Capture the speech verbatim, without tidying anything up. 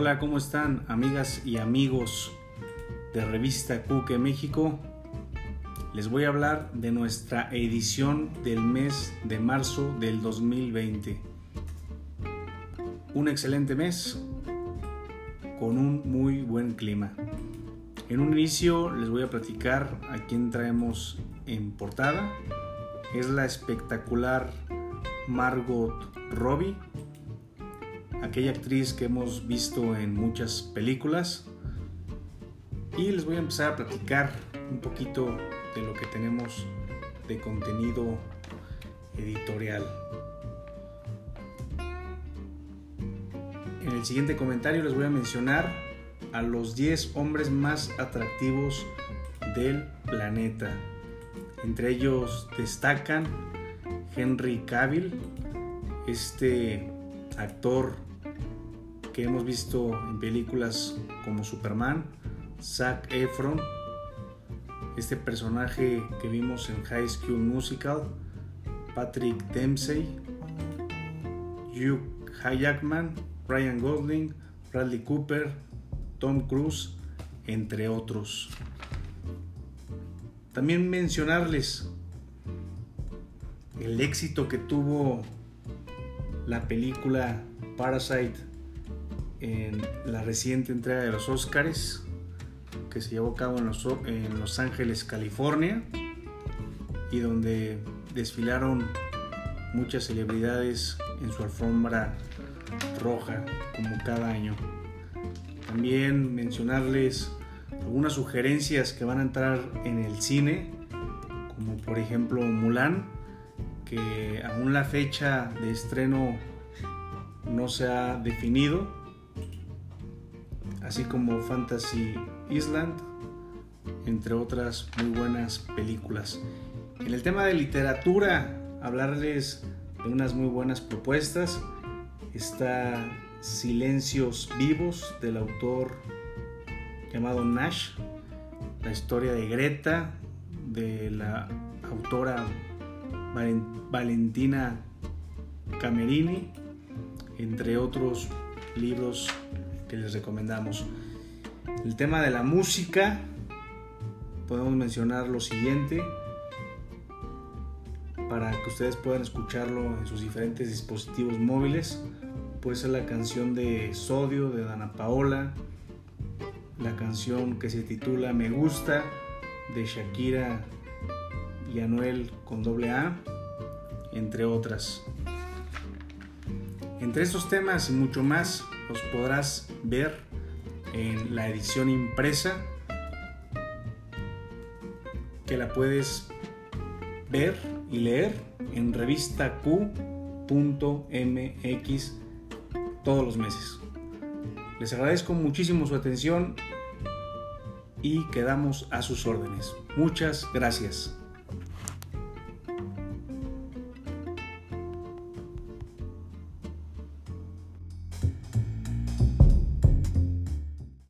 Hola, ¿cómo están, amigas y amigos de Revista Cuque México? Les voy a hablar de nuestra edición del mes de marzo del dos mil veinte. Un excelente mes con un muy buen clima. En un inicio les voy a platicar a quién traemos en portada. Es la espectacular Margot Robbie, aquella actriz que hemos visto en muchas películas, y les voy a empezar a platicar un poquito de lo que tenemos de contenido editorial. En el siguiente comentario les voy a mencionar a los diez hombres más atractivos del planeta. Entre ellos destacan Henry Cavill, este actor que hemos visto en películas como Superman, Zac Efron, este personaje que vimos en High School Musical, Patrick Dempsey, Hugh Jackman, Ryan Gosling, Bradley Cooper, Tom Cruise, entre otros. También mencionarles el éxito que tuvo la película Parasite en la reciente entrega de los Óscares, que se llevó a cabo en Los, en Los Ángeles, California, y donde desfilaron muchas celebridades en su alfombra roja, como cada año. También mencionarles algunas sugerencias que van a entrar en el cine, como por ejemplo Mulan, que aún la fecha de estreno no se ha definido, así como Fantasy Island, entre otras muy buenas películas. En el tema de literatura, hablarles de unas muy buenas propuestas. Está Silencios Vivos, del autor llamado Nash, la historia de Greta, de la autora Valentina Camerini, entre otros libros que les recomendamos. El tema de la música, podemos mencionar lo siguiente para que ustedes puedan escucharlo en sus diferentes dispositivos móviles. Puede ser la canción de Sodio de Dana Paola, la canción que se titula Me Gusta de Shakira y Anuel con doble A, entre otras. Entre estos temas y mucho más los podrás ver en la edición impresa, que la puedes ver y leer en revista Q punto M X todos los meses. Les agradezco muchísimo su atención y quedamos a sus órdenes. Muchas gracias.